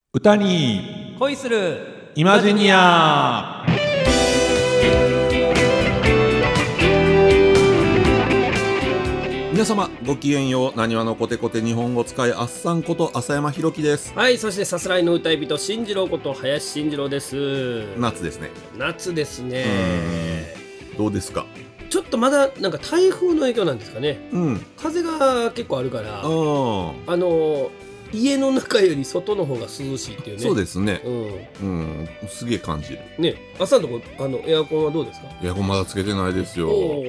歌に恋するイマジニア。皆様ごきげんよう。なにわのコテコテ日本語使いあっさんこと浅山ひろきです。 はい、そしてさすらいの歌い人進次郎こと林進次郎です。 夏ですね。 夏ですね。 どうですか？ ちょっとまだなんか台風の影響なんですかね。風が結構あるから家の中より外の方が涼しいっていうね。 そうですね。すげえ感じるね。朝のとこエアコンはどうですか？ エアコンまだつけてないですよ。もう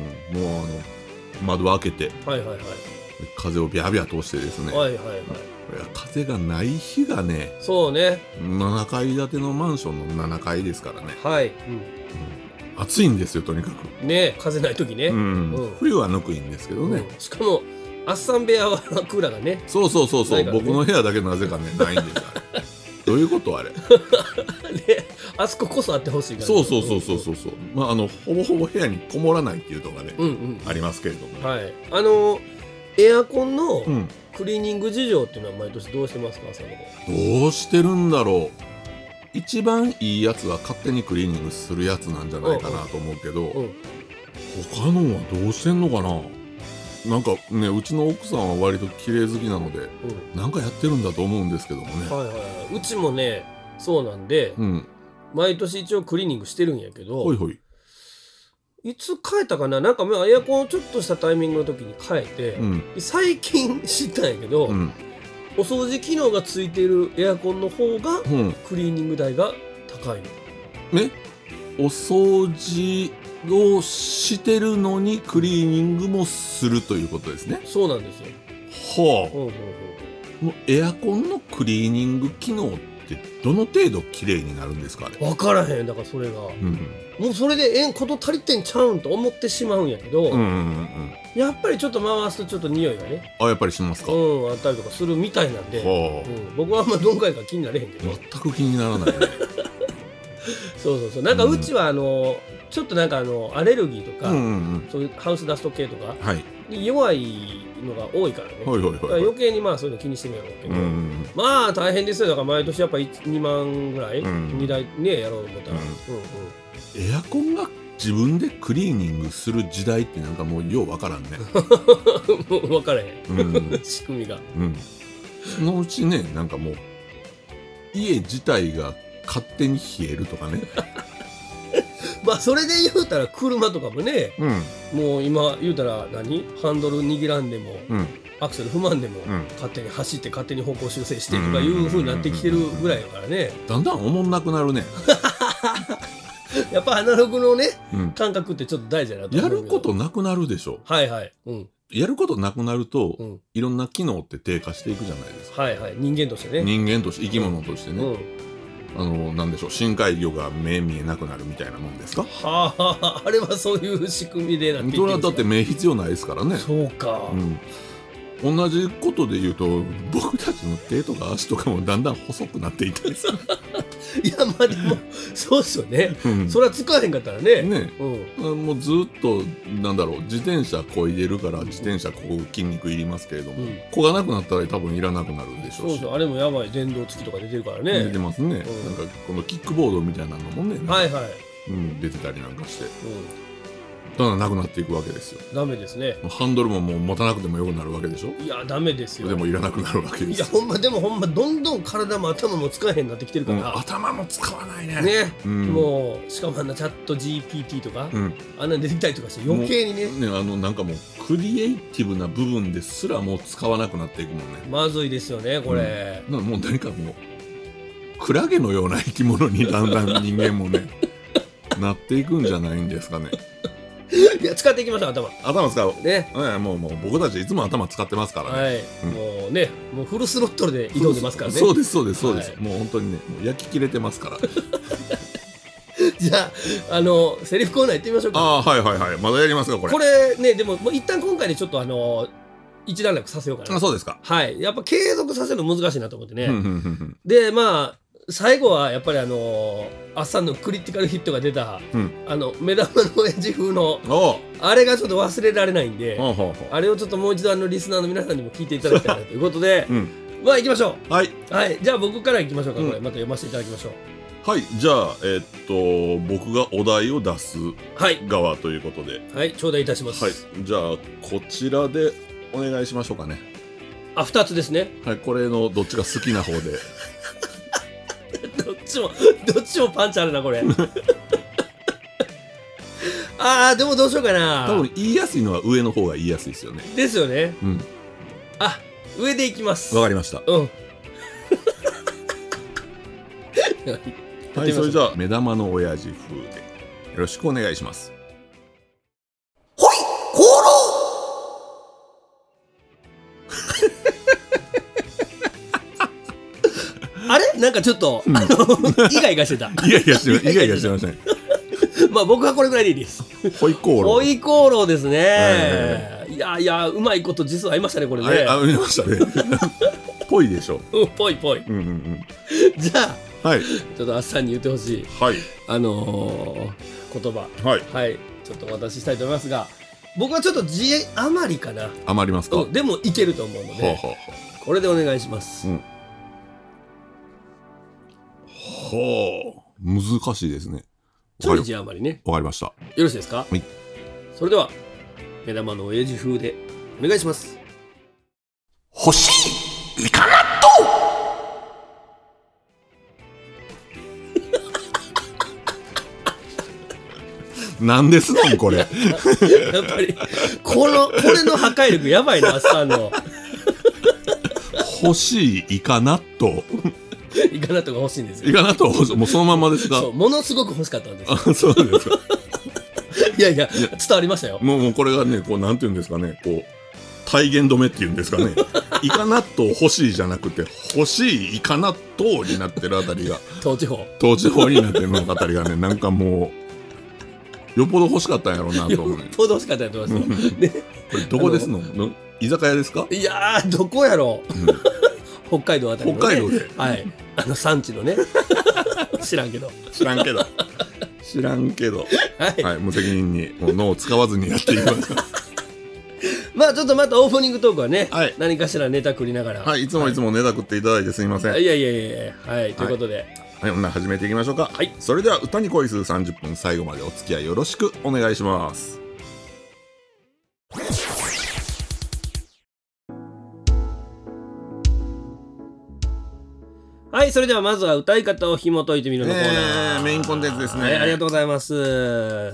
窓を開けて、風をビャビャ通してですね。風がない日がね。 そうね。 7階建てのマンションの7階ですからね。暑いんですよ、とにかくね。風ない時ね。 冬はぬくいんですけどね。 しかもアッサン部屋はクーラーがね。 そう、僕の部屋だけなぜかねないんです。どういうことあれね、 あそここそあってほしいから。 そうまあほぼほぼ部屋にこもらないっていうのがね、ありますけれども、 エアコンのクリーニング事情っていうのは毎年どうしてますか？ どうしてるんだろう。一番いいやつは勝手にクリーニングするやつなんじゃないかなと思うけど、他のはどうしてんのかな。なんかね、うちの奥さんは割と綺麗好きなので、なんかやってるんだと思うんですけどもね。 うちもねそうなんで、毎年一応クリーニングしてるんやけど、いつ変えたかな。なんかエアコンをちょっとしたタイミングの時に変えて、最近知ったんやけど、お掃除機能がついているエアコンの方がクリーニング代が高いの。 ね、お掃除をしてるのにクリーニングもするということですね。 そうなんですよ。 エアコンのクリーニング機能ってどの程度綺麗になるんですか？あれ分からへん。だからそれが、もうそれでこと足りてんちゃうんと思ってしまうんやけど、やっぱりちょっと回すとちょっと匂いがね、 やっぱりしますか？ あったりとかするみたいなんで、僕はあんまどんかいか気になれへんけど。 全く気にならないね。 そうなんかうちはちょっとなんかアレルギーとか、そういうハウスダスト系とかに弱いのが多いからね。余計にそういうの気にしてるんやろうけど、まあ大変ですよ。だから毎年やっぱ2万ぐらい2台ねやろうと思ったら、 エアコンが自分でクリーニングする時代ってなんかもうようわからんね。 分からへん、仕組みが。 そのうちね、なんかもう家自体が勝手に冷えるとかね。 それで言うたら車とかもね、もう今言うたらハンドル握らんでも、アクセル踏まんでも、勝手に走って勝手に方向修正してとかいう風になってきてるぐらいだからね。 だんだんおもんなくなるね。 やっぱアナログのね、感覚ってちょっと大事だなと思う。 やることなくなるでしょ。やることなくなると、いろんな機能って低下していくじゃないですか。 人間としてね。 人間として、生き物としてね。なんでしょう、深海魚が目見えなくなるみたいなもんですか？ あれはそういう仕組みでなっていってるんですか？ それはだって目必要ないですからね。 そうか。 同じことで言うと、僕たちの手とか足とかもだんだん細くなっていったりする。 いやでもそうっすよね。それは使えへんかったらね。 もうずっと自転車こいでるから自転車こう筋肉いりますけれども、こがなくなったら多分いらなくなるでしょうし。 あれもやばい電動付きとか出てるからね。 出てますね。なんかこのキックボードみたいなのもね、出てたりなんかして。だんだんなくなっていくわけですよ。 ダメですね。 ハンドルももう持たなくてもよくなるわけでしょ。 いやダメですよ。 でもいらなくなるわけですよ。 いやでもほんまどんどん体も頭も使えへんなってきてるから。 頭も使わないね。 もうしかもチャット GPT とか、あんな出てきたりとかして余計にね。 なんかもうクリエイティブな部分ですらもう使わなくなっていくもんね。 まずいですよねこれ。 もう何かもうクラゲのような生き物にだんだん人間もねなっていくんじゃないんですかね。 いや使っていきましょう。頭使うね。 もう僕たちいつも頭使ってますからね。 もうフルスロットルで挑んでますからね。 そうです。もう本当にね、焼き切れてますから。 じゃあセリフコーナー行ってみましょうか。 まだやりますかこれ。 これねでも一旦今回でちょっと一段落させようかな。 そうですか。 やっぱ継続させるの難しいなと思ってね。で最後はやっぱりアッサンのクリティカルヒットが出た、目玉の親父風のあれがちょっと忘れられないんで、あれをちょっともう一度リスナーの皆さんにも聞いていただきたいなということで、 まあ行きましょう。 はい、 はい、じゃあ僕から行きましょうか。これまた読ませていただきましょう。 はい、じゃあ僕がお題を出す側ということで、 はい、頂戴いたします。 はい、じゃあこちらでお願いしましょうかね。 あ、2つですね。 はい、これのどっちが好きな方でどっちもパンチあるなこれあー、でもどうしようかな。 多分言いやすいのは上の方が言いやすいですよね。 ですよね。 うん。 あ、上でいきます。 わかりました。 うん。 はい、それじゃあ目玉の親父風でよろしくお願いします。 ほい、コーローあれなんかちょっと、イガイガしてた。 イガイガしてましたね。 まあ僕はこれぐらいでいいです。 ホイコーロー。 ホイコーローですね。いや、うまいこと実は合いましたね、これね。 合いましたね。ぽいでしょ。 ぽい。じゃあ、はい、ちょっとあっさんに言ってほしい。 はい。 言葉。 はい。 はい。ちょっとお渡ししたいと思いますが、僕はちょっと字余りかな。 余りますか。 でもいけると思うので、これでお願いします。 難しいですね。 ちょい字余りね。 わかりました。よろしいですか。 はい。 それでは目玉の親父風でお願いします。 欲しいイカ納豆なんですのんこれ。やっぱりこれの破壊力やばいな、あっさんの。 欲しいイカ納豆。 イカ納豆が欲しいんですよ。 イカ納豆もうそのままですか。 そう、ものすごく欲しかったんです。 あ、そうですか。 いや伝わりましたよ。 もうこれがね、こうなんていうんですかね、こう体言止めっていうんですかね。イカ納豆欲しいじゃなくて欲しいイカ納豆になってるあたりが東地方になってるあたりがね、なんかもうよっぽど欲しかったんやろうなと思う。 よっぽど欲しかったんやと思いますよ。 これどこですの？居酒屋ですか？ いやー、どこやろう。北海道あたりのね。 北海道で。 はい。産地のね。知らんけど。 はい、無責任にもう脳を使わずにやっていきます。 まあちょっとまたオープニングトークはね、 はい、 何かしらネタ繰りながら。 はい、いつもネタ繰っていただいてすみません。 いや、はい、ということで。 はい、始めていきましょうか。はい。それでは歌に恋する30分、最後までお付き合いよろしくお願いします。 はい、それではまずは歌い方を紐解いてみるのコーナー、 メインコンテンツですね。 はい、ありがとうございます。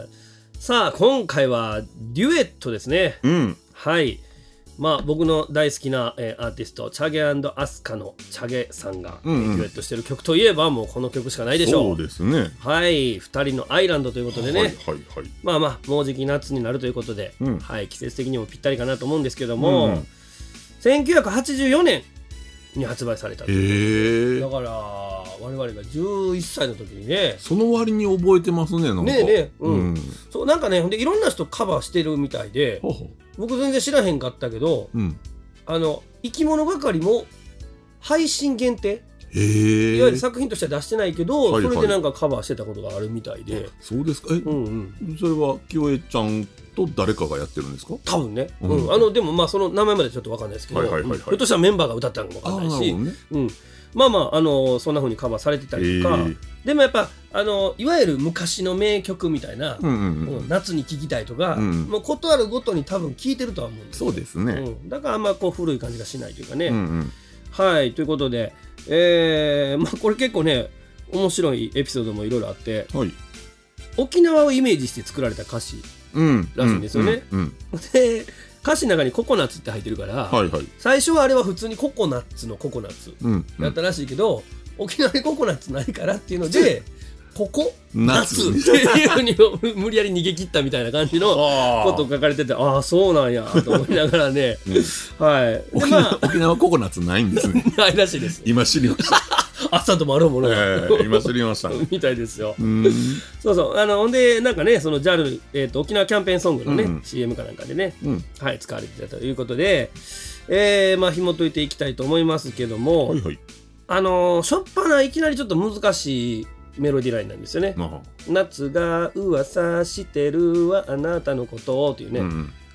さあ今回はデュエットですね。はい、まあ僕の大好きな、アーティストチャゲ&アスカのチャゲさんが、デュエットしてる曲といえばもうこの曲しかないでしょう。 そうですね。 はい、2人のアイランドということでね、まあもうじき夏になるということで、はい、季節的にもぴったりかなと思うんですけども、1984年に発売された。だから我々が11歳の時にね。 その割に覚えてますね。なんかそう、なんかね、ほんでいろんな人カバーしてるみたいで、僕全然知らへんかったけど、生き物係も配信限定、いわゆる作品としては出してないけど、それでなんかカバーしてたことがあるみたいで。 そうですか。それは清江ちゃんと誰かがやってるんですか？ 多分ね。でもまあその名前までちょっと分かんないですけど、ひょっとしたらメンバーが歌ったのかも分かんないし、まあそんな風にカバーされてたりとか、でもやっぱいわゆる昔の名曲みたいな、夏に聴きたいとか、もうことあるごとに多分聴いてるとは思うんですよ。 そうですね。 だからあんまこう古い感じがしないというかね。はい、ということで、まあこれ結構ね面白いエピソードもいろいろあって、沖縄をイメージして作られた歌詞らしいんですよね。で歌詞の中にココナッツって入ってるから、最初はあれは普通にココナッツのココナッツだったらしいけど、沖縄にココナッツないからっていうのでココナッツっていうふうに無理やり逃げ切ったみたいな感じのこと書かれてて、ああそうなんやと思いながらね、はい。 沖縄ココナッツないんですね。 ないらしいです。 今知りました。 あっさんともあるもの今知りましたみたいですよ。そうそう、ほんでなんかね、その JAL、沖縄キャンペーンソングのね、CM かなんかでね、はい、使われてたということで、まあ紐解いていきたいと思いますけども、しょっぱないきなりちょっと難しいメロディーラインなんですよね。夏が噂してるわあなたのことをというね、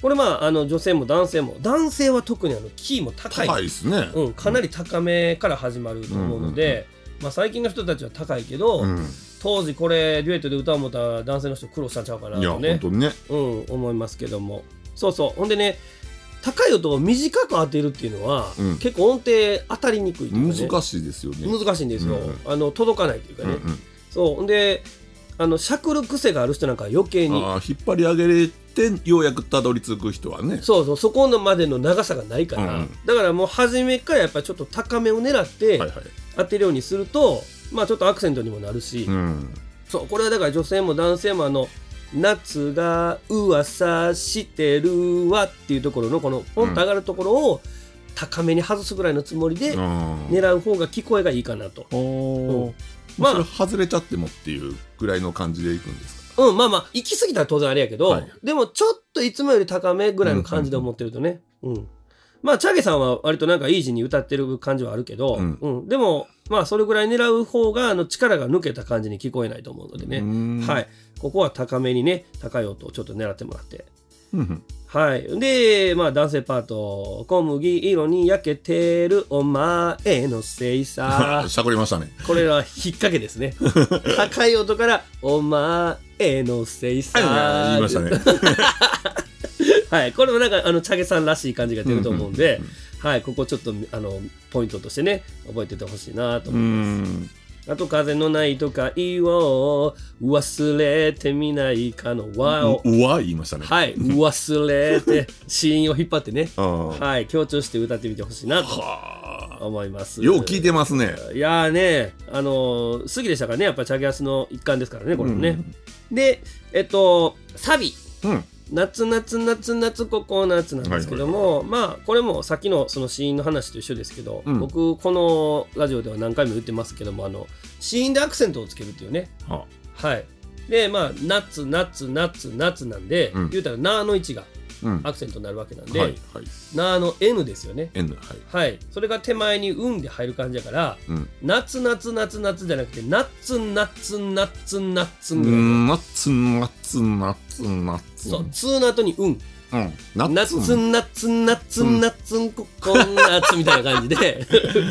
これ女性も男性は特にキーも高いですね、 かなり高めから始まると思うので、最近の人たちは高いけど、当時これデュエットで歌おう思ったら男性の人苦労したんちゃうかなとね、 本当にね、 思いますけども、そうほんでね、高い音を短く当てるっていうのは、結構音程当たりにくいというか、ね、 難しいですよね。 難しいんですよ、届かないというかね、そうほんでしゃくる癖がある人なんか余計に引っ張り上げれてようやくたどり着く人はね、 そこのまでの長さがないから、だからもう初めからやっぱりちょっと高めを狙って当てるようにすると、ちょっとアクセントにもなるし、そうこれはだから女性も男性も夏が噂してるわっていうところのこのポンと上がるところを高めに外すぐらいのつもりで狙う方が聞こえがいいかなと。 それ外れちゃってもっていうぐらいの感じでいくんですか？ 行き過ぎたら当然あれやけど、でもちょっといつもより高めぐらいの感じで思ってるとね、チャゲさんは割となんかイージーに歌ってる感じはあるけど、でもそれぐらい狙う方が力が抜けた感じに聞こえないと思うのでね、はい、ここは高めにね、高い音をちょっと狙ってもらって、はい、で男性パート、小麦色に焼けてるお前のせいさしゃくりましたね。 これは引っ掛けですね高い音からお前のせいさ言いましたねはい、これもなんかチャゲさんらしい感じが出ると思うんで、はい、ここちょっとポイントとしてね覚えててほしいなと思います。あと風のないとかいを忘れてみないかの和を言いましたね。 はい、忘れて子音を引っ張ってねはい、強調して歌ってみてほしいなと思います。 よう聞いてますね。 いやーね、好きでしたからね、やっぱりチャゲアスの一環ですからね、これもね。でサビ、夏夏夏夏ココナッツなんですけども、これもさっきのその子音の話と一緒ですけど、僕このラジオでは何回も言ってますけども、子音でアクセントをつけるっていうね、はい、で夏夏夏夏なんで、言うたらなーの位置がアクセントになるわけなんで、なーの N ですよね。はい、それが手前にうんで入る感じだから、夏夏夏夏じゃなくて夏夏夏夏ぐらいの夏夏夏夏、 そうツーの後に夏夏夏夏ココナッツみたいな感じで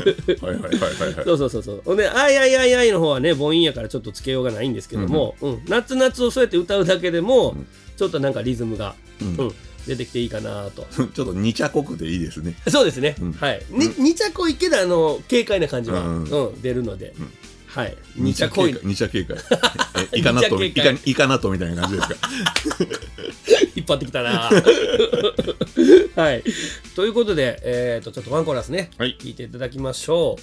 そうほんであいあいあいあいの方はね母音やからちょっとつけようがないんですけども、夏夏をそうやって歌うだけでもちょっとなんかリズムが出てきていいかなとちょっと二茶濃くていいですね。 そうですね、はい、二茶濃いけど軽快な感じは出るので、はい、二茶濃い二茶軽快イカナットみたいな感じですか引っ張ってきたなはい、ということで、ちょっとワンコーラスね、聞いていただきましょう。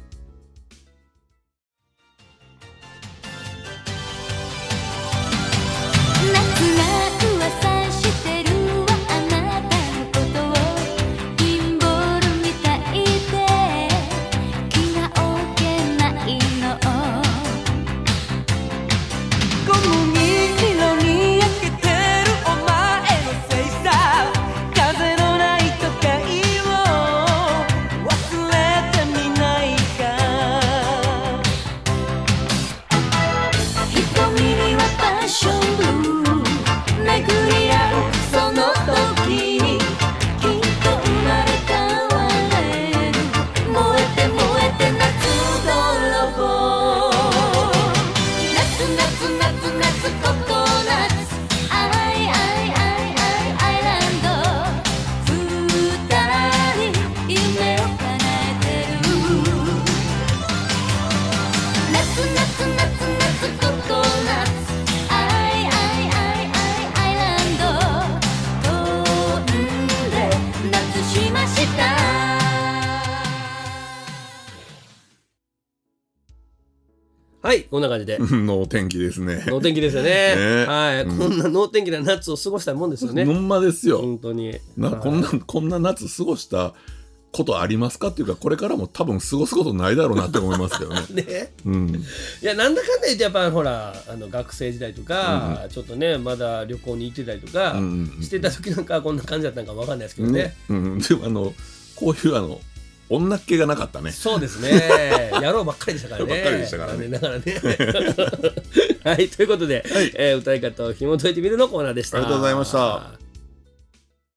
はい、こんな感じで能天気ですね。 能天気ですよね。はい、こんな能天気な夏を過ごしたいもんですよね。 ほんまですよ。 本当に。 こんな夏過ごしたことありますかっていうか、これからも多分過ごすことないだろうなって思いますけどね。 ね、いやなんだかんだ言ってやっぱほら学生時代とか、ちょっとねまだ旅行に行ってたりとかしてた時なんかこんな感じだったのかわかんないですけどね。 でもこういう女っ気がなかったね。 そうですね。野郎ばっかりでしたからね。 ばっかりでしたからね。 だからね。はい、ということで、歌い方を紐解いてみるのコーナーでした。 ありがとうございました。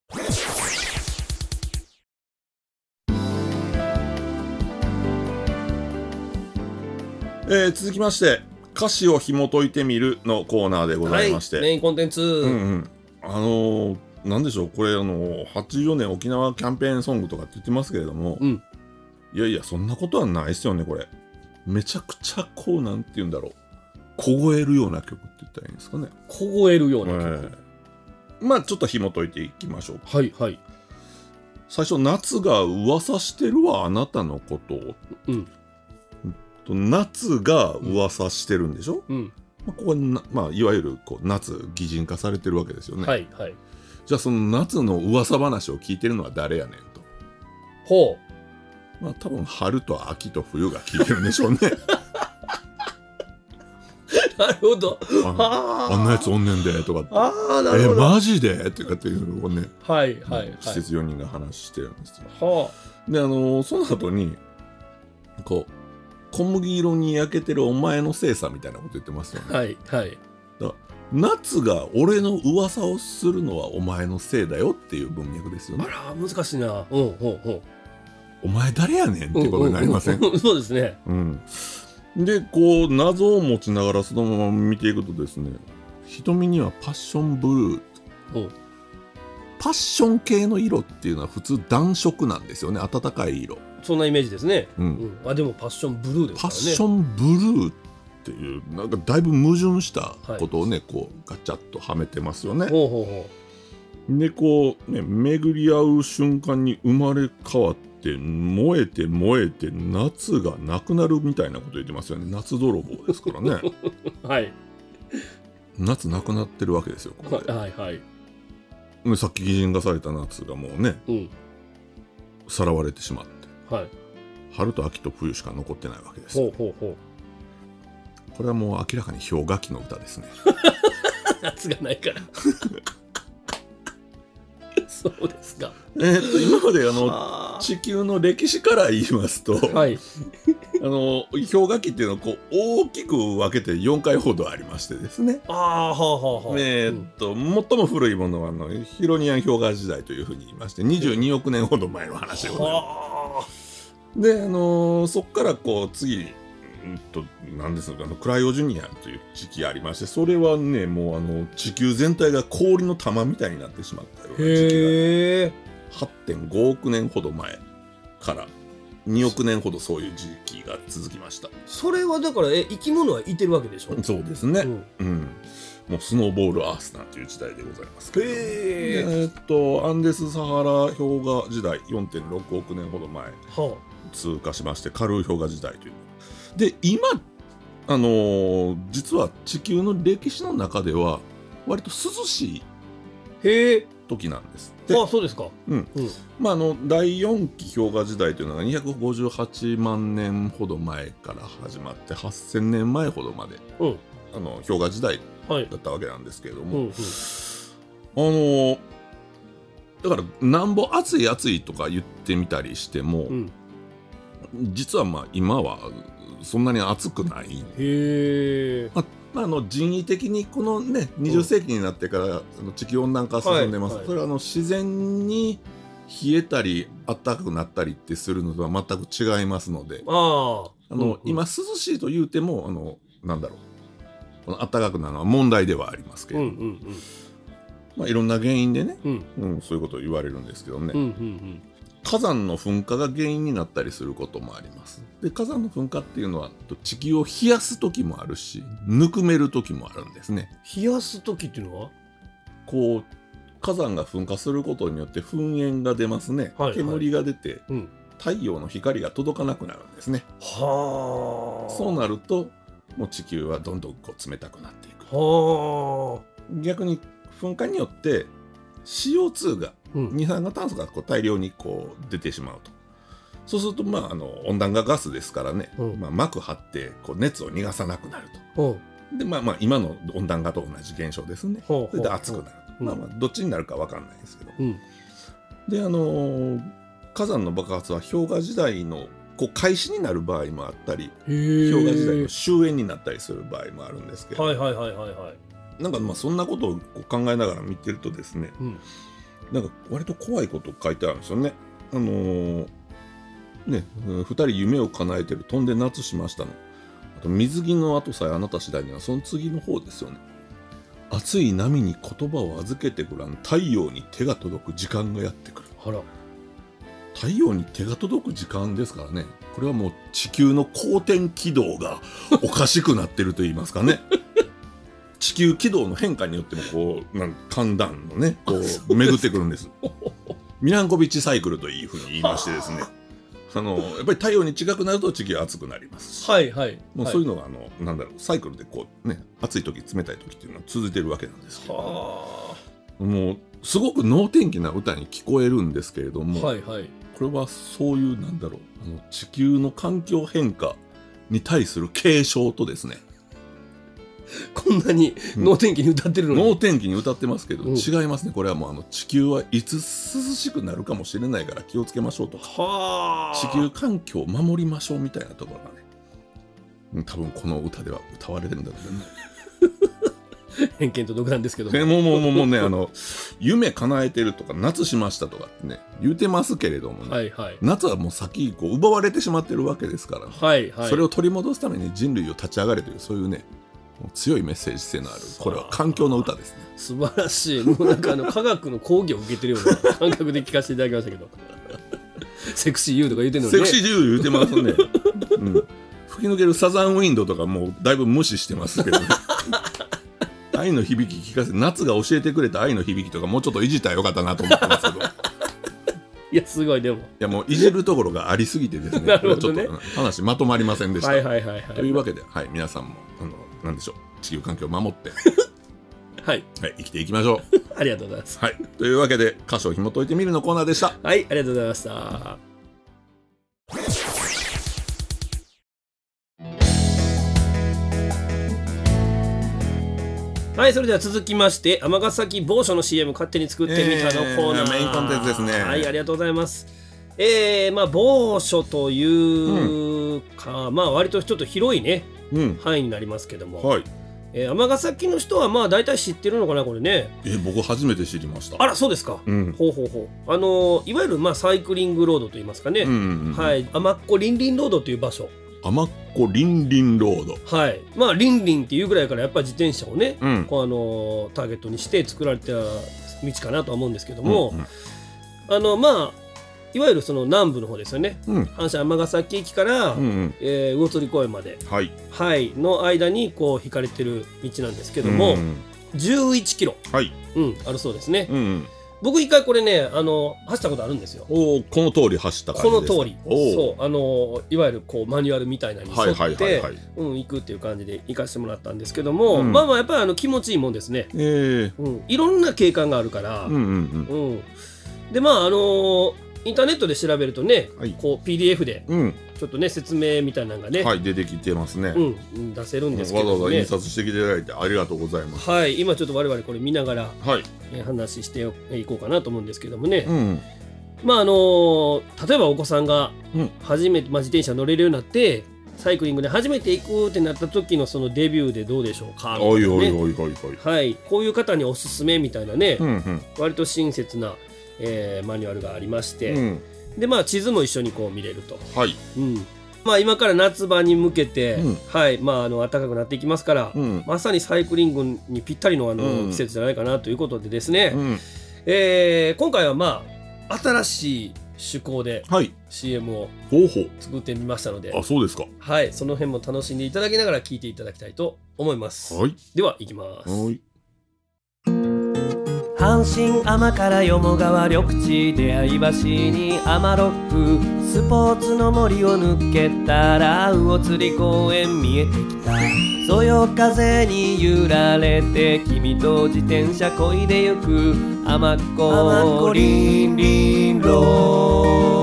続きまして歌詞を紐解いてみるのコーナーでございまして、 はい、メインコンテンツ、 なんでしょうこれ84年沖縄キャンペーンソングとかって言ってますけれども、いやいやそんなことはないですよね。これめちゃくちゃこうなんて言うんだろう、凍えるような曲って言ったらいいんですかね。 凍えるような曲、 まあちょっと紐解いていきましょう。 はいはい。 最初夏が噂してるわあなたのことを、夏が噂してるんでしょ、ここはいわゆるこう夏擬人化されてるわけですよね。 はいはい。 じゃあその夏の噂話を聞いてるのは誰やねんと。 ほう。多分春と秋と冬が聞いてるんでしょうね。 なるほど。 あんなやつおんねんでとかって。 なるほど。 マジでとかっていうのをね。 はいはい。 施設4人が話してるんですよ。でその後にこう小麦色に焼けてるお前のせいさみたいなこと言ってますよね。 はいはい。 だから夏が俺の噂をするのはお前のせいだよっていう文脈ですよね。 あら難しいな。 お前誰やねんっていうことになりません？ そうですね。 でこう謎を持ちながらそのまま見ていくとですね、瞳にはパッションブルー、パッション系の色っていうのは普通暖色なんですよね。暖かい色、 そんなイメージですね。でもパッションブルーですからね。 パッションブルーっていうなんかだいぶ矛盾したことをね、こうガチャッとはめてますよね。でこうね、巡り合う瞬間に生まれ変わって燃えて燃えて夏がなくなるみたいなこと言ってますよね。夏泥棒ですからね。 はい。 夏なくなってるわけですよ。これはいはい。 さっき擬人化された夏がもうね、さらわれてしまって、春と秋と冬しか残ってないわけです。これはもう明らかに氷河期の歌ですね。 夏がないからそうですか。 今まで地球の歴史から言いますと、氷河期っていうのをこう大きく分けて4回ほどありましてですね。最も古いものはヒロニアン氷河時代というふうに言いまして、22億年ほど前の話でございます。でそこからこう次なんですか、クライオジュニアという時期ありまして、それはねもう地球全体が氷の玉みたいになってしまったような時期が 8.5 億年ほど前から2億年ほどそういう時期が続きました。 それはだから生き物はいてるわけでしょ。 そうですね。もうスノーボールアースなんていう時代でございますけど、アンデスサハラ氷河時代 4.6 億年ほど前、通過しましてカルー氷河時代という。で今実は地球の歴史の中では割と涼しい時なんですって。 そうですか。 第4期氷河時代というのが258万年ほど前から始まって8000年前ほどまで、氷河時代だったわけなんですけれども、だからなんぼ暑い暑いとか言ってみたりしても、実は今はそんなに暑くない。人為的にこのね20世紀になってから地球温暖化進んでます。それは自然に冷えたり暖かくなったりってするのとは全く違いますので、今涼しいと言うてもなんだろう、この暖かくなるのは問題ではありますけれども、いろんな原因でね、そういうことを言われるんですけどね。火山の噴火が原因になったりすることもあります。で火山の噴火っていうのは地球を冷やす時もあるしぬくめる時もあるんですね。 冷やす時っていうのはこう火山が噴火することによって噴煙が出ますね。煙が出て、太陽の光が届かなくなるんですね。そうなるともう地球はどんどんこう冷たくなっていく。逆に噴火によって CO2 が二酸化炭素がこう大量にこう出てしまうと。そうすると温暖化ガスですからね、膜張ってこう熱を逃がさなくなると。で今の温暖化と同じ現象ですね。それで暑くなると。どっちになるか分かんないですけど、で火山の爆発は氷河時代のこう開始になる場合もあったり、氷河時代の終焉になったりする場合もあるんですけど、なんかそんなことを考えながら見てるとですね、なんか割と怖いこと書いてあるんですよね。2人夢を叶えてる飛んで夏しましたのあと水着の後さえあなた次第にはその次の方ですよね。熱い波に言葉を預けてごらん、太陽に手が届く時間がやってくる。 あら、 太陽に手が届く時間ですからね。これはもう地球の公転軌道がおかしくなってると言いますかね。地球軌道の変化によってもこう寒暖のねこう巡ってくるんです。ミランコビッチサイクルというふうに言いましてですね、やっぱり太陽に近くなると地球は熱くなりますし、 はいはい、 もうそういうのがなんだろう、サイクルでこうね、暑い時冷たい時っていうのは続いてるわけなんですけど、もうすごく能天気な歌に聞こえるんですけれども、はいはい、これはそういうなんだろう、地球の環境変化に対する警鐘とですね、 こんなに能天気に歌ってるのに、 能天気に歌ってますけど、違いますね。これはもう地球はいつ涼しくなるかもしれないから気をつけましょうとか、地球環境を守りましょうみたいなところがね、多分この歌では歌われてるんだと思うね。 偏見と独断ですけども、 もうね夢叶えてるとか夏しましたとかってね言うてますけれどもね、はいはい、夏はもう先こう奪われてしまってるわけですから、はいはい、それを取り戻すために人類を立ち上がれというそういうね強いメッセージ性のある、これは環境の歌ですね。素晴らしい。もうなんか科学の講義を受けてるような感覚で聞かせていただきましたけどセクシーユーとか言ってんのにね、 セクシーユー言うてますね、吹き抜けるサザンウィンドとかもうだいぶ無視してますけどね愛の響き聞かせて、夏が教えてくれた愛の響きとかもうちょっといじったらよかったなと思ってますけどいやすごい、でもいやもういじるところがありすぎてですねなるほどね、 ちょっと話まとまりませんでした。 はいはいはいはい、 というわけで、はい、皆さんもなんでしょう、地球環境を守ってはい、 はい、生きていきましょうありがとうございます、 はい、というわけで歌詞を紐解いてみるのコーナーでした。 はい、ありがとうございました。はい、それでは続きまして尼崎某所の CM 勝手に作ってみたのコーナー、 メインコンテンツですね。 はい、ありがとうございます。某所というか、割とちょっと広いね、範囲になりますけども、はい、尼崎の人は大体知ってるのかなこれね。 僕初めて知りました。 あら、そうですか、ほうほうほう。いわゆるサイクリングロードといいますかね、はい、尼っ子りんりんロードという場所、 尼っ子りんりんロード、 はい、りんりんっていうぐらいからやっぱり自転車をね、こうターゲットにして作られた道かなとは思うんですけども、いわゆるその南部の方ですよね、阪神尼崎駅から、魚釣公園まで、はいの間にこう引かれてる道なんですけども、11キロ、あるそうですね。僕一回これね走ったことあるんですよ。 この通り走った感じですか。 この通り、そういわゆるこうマニュアルみたいなのに沿って行くっていう感じで行かせてもらったんですけども、やっぱり気持ちいいもんですね。いろんな景観があるから、でインターネットで調べるとね、こう PDF でちょっとね説明みたいなのがね、 出てきてますね。 出せるんですけどね。 わざわざ印刷してきていただいてありがとうございます。 はい、今ちょっと我々これ見ながら話していこうかなと思うんですけどもね。例えばお子さんが初めて自転車乗れるようになってサイクリングで初めて行くってなった時のそのデビューでどうでしょうかみたいなね。はい、こういう方におすすめみたいなね、割と親切なマニュアルがありまして、で地図も一緒にこう見れると。はい、今から夏場に向けて、はい暖かくなっていきますから、まさにサイクリングにぴったりの季節じゃないかなということでですね、今回は新しい趣向で CM を作ってみましたので、 あ、そうですか。 はい、その辺も楽しんでいただきながら聞いていただきたいと思います。はい、では行きます。はい、阪神甘辛よも川緑地出会い橋に甘ロックスポーツの森を抜けたら魚釣公園見えてきた。そよ風に揺られて君と自転車こいでゆく甘っこりんりんロー。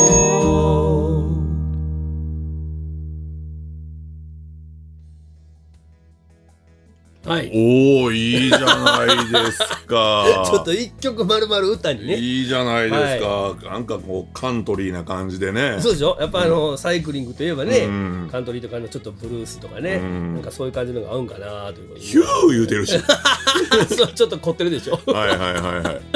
はい、 おー、いいじゃないですかちょっと一曲まるまる歌にね、 いいじゃないですか、はい、なんかこうカントリーな感じでね。 そうでしょ、やっぱサイクリングといえばね、カントリーとかのちょっとブルースとかね、なんかそういう感じのが合うんかなということで、 ヒュー言うてるしそうちょっと凝ってるでしょはいはいはいはい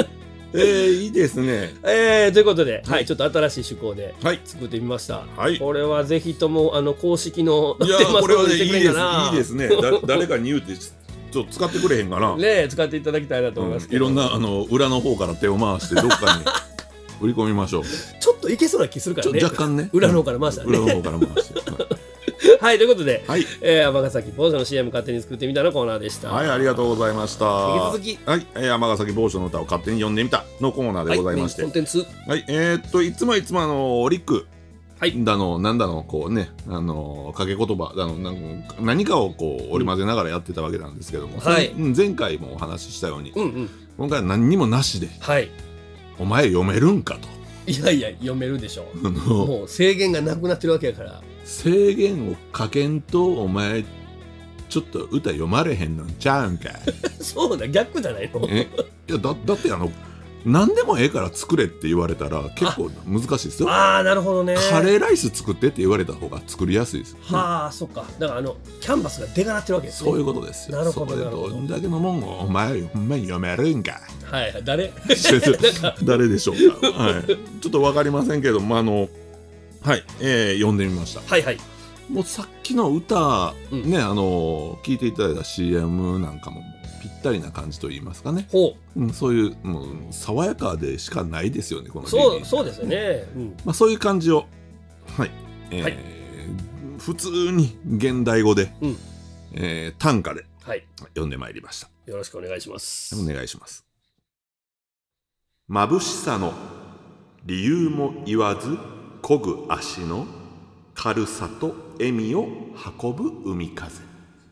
いいですね。 ということで、はい、ちょっと新しい趣向で作ってみました。はい、これはぜひとも公式のいやこれはねいいですね。誰かに言うてちょっと使ってくれへんかな。 ね使っていただきたいなと思いますけど、 いろんな裏の方から手を回してどっかに売り込みましょう。 ちょっといけそうな気するからね。 若干ね。 裏の方から回したね。 裏の方から回して。 はい、ということで、 はい、 尼崎某所の CM 勝手に作ってみたのコーナーでした。 はい、ありがとうございました。 引き続き、 はい、尼崎某所の歌を勝手に読んでみたのコーナーでございまして、 コンテンツ。 はい、いつもリックだの、なんだの、こうね、掛け言葉だの、何かをこう織り交ぜながらやってたわけなんですけども、はい、前回もお話ししたように、今回は何にもなしで、はい、お前読めるんかと。 いやいや、読めるでしょ。もう制限がなくなってるわけやから。 制限をかけんとお前ちょっと歌読まれへんのんちゃうんかい。 そうだ、逆じゃないの。 いやだって何でもええから作れって言われたら結構難しいですよ。 ああ、なるほどね。 カレーライス作ってって言われた方が作りやすいです。 はあ、そっか。だからキャンバスがでかなってるわけですね。 そういうことですよ。 なるほど。 それどんだけのもんをお前ほんまに読めるんか。 はい、誰誰でしょうか。はい、ちょっとわかりませんけどもはい、読んでみました。 はいはい。 もうさっきの歌、ね、聞いていただいた CM なんかもぴったりな感じと言いますかね。そういうもう爽やかでしかないですよね、このそうですよね。 そういう感じを、はい、普通に現代語で、短歌で読んでまいりました。 よろしくお願いします。 お願いします。眩しさの理由も言わず漕ぐ足の軽さと笑みを運ぶ海風。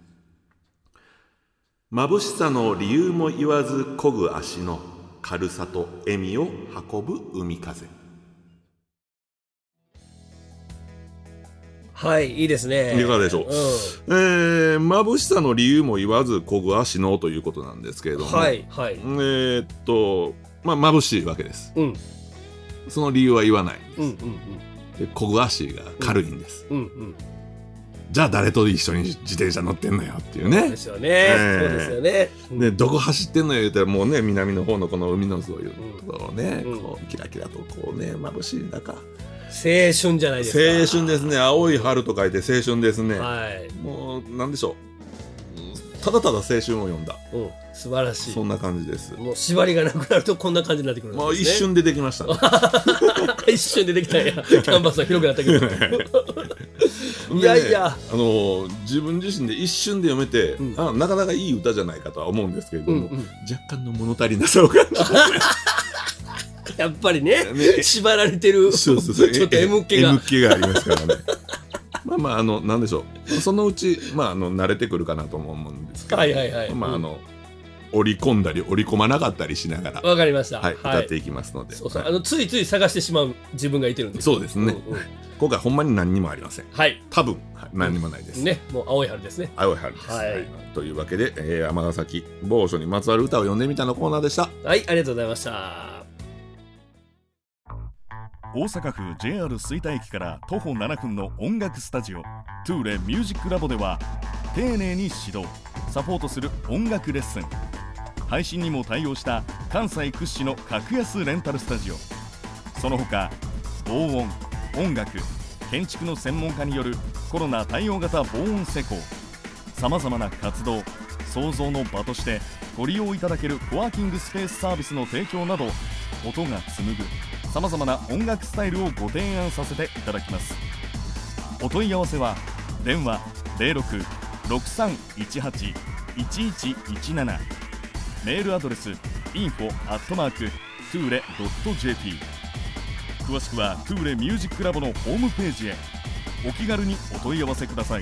眩しさの理由も言わず漕ぐ足の軽さと笑みを運ぶ海風。 はい、いいですね。 いかがでしょう。眩しさの理由も言わず漕ぐ足のということなんですけれども、 はいはい。 眩しいわけです。その理由は言わないんです。で漕ぐ足が軽いんです。じゃあ誰と一緒に自転車乗ってんのよっていうね。 そうですよね。そうですよね。 でどこ走ってんのよ言ったらもうね、南の方のこの海のそういうところをね、こうキラキラとこうね、眩しい中。 青春じゃないですか。 青春ですね。青い春と書いて青春ですね。 はい。 もうなんでしょう。ただただ青春を読んだ。 素晴らしい。 そんな感じです。 もう縛りがなくなるとこんな感じになってくるんですね。 一瞬でできましたね。 一瞬でできたんや。キャンバスは広くなったけど。いやいや、 自分自身で一瞬で読めて、なかなかいい歌じゃないかとは思うんですけれども、若干の物足りなさを感じます。 やっぱりね、縛られてる。ちょっと M 気が。 M 気がありますからね。なんでしょう。そのうち、慣れてくるかなと思うんですけど。織り込んだり織り込まなかったりしながら。 わかりました。 はい、歌っていきますので。 ついつい探してしまう自分がいてるんです。 そうですね。今回ほんまに何にもありません。 はい。 多分何にもないです。 ね、もう青い春ですね。 青い春です。というわけで、尼崎某所にまつわる歌を読んでみたのコーナーでした。 はい、ありがとうございました。 大阪府 JR 吹田駅から徒歩7分の音楽スタジオトゥーレミュージックラボでは丁寧に指導サポートする音楽レッスン、配信にも対応した関西屈指の格安レンタルスタジオ、その他防音、音楽、建築の専門家によるコロナ対応型防音施工、さまざまな活動創造の場としてご利用いただけるコワーキングスペースサービスの提供など、音が紡ぐさまざまな音楽スタイルをご提案させていただきます。お問い合わせは電話 06-6318-1117、 メールアドレス info@toure.jp、 詳しくはトゥーレミュージックラボのホームページへお気軽にお問い合わせください。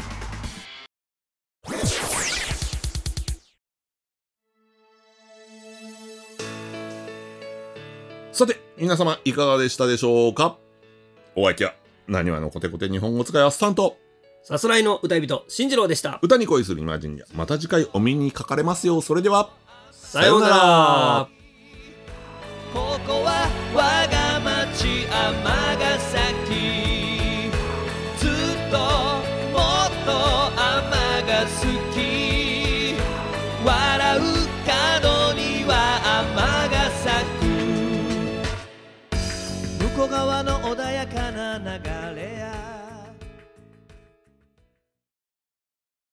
さて皆様いかがでしたでしょうか。お相手はなにわのコテコテ日本語使いアスタントさすらいの歌い人進次郎でした。 歌に恋する今神社、また次回お目にかかれますよう。それではさようなら。 ここは我が町尼崎、ずっともっと尼が好き、笑う角には尼が咲く。 川の穏やかな流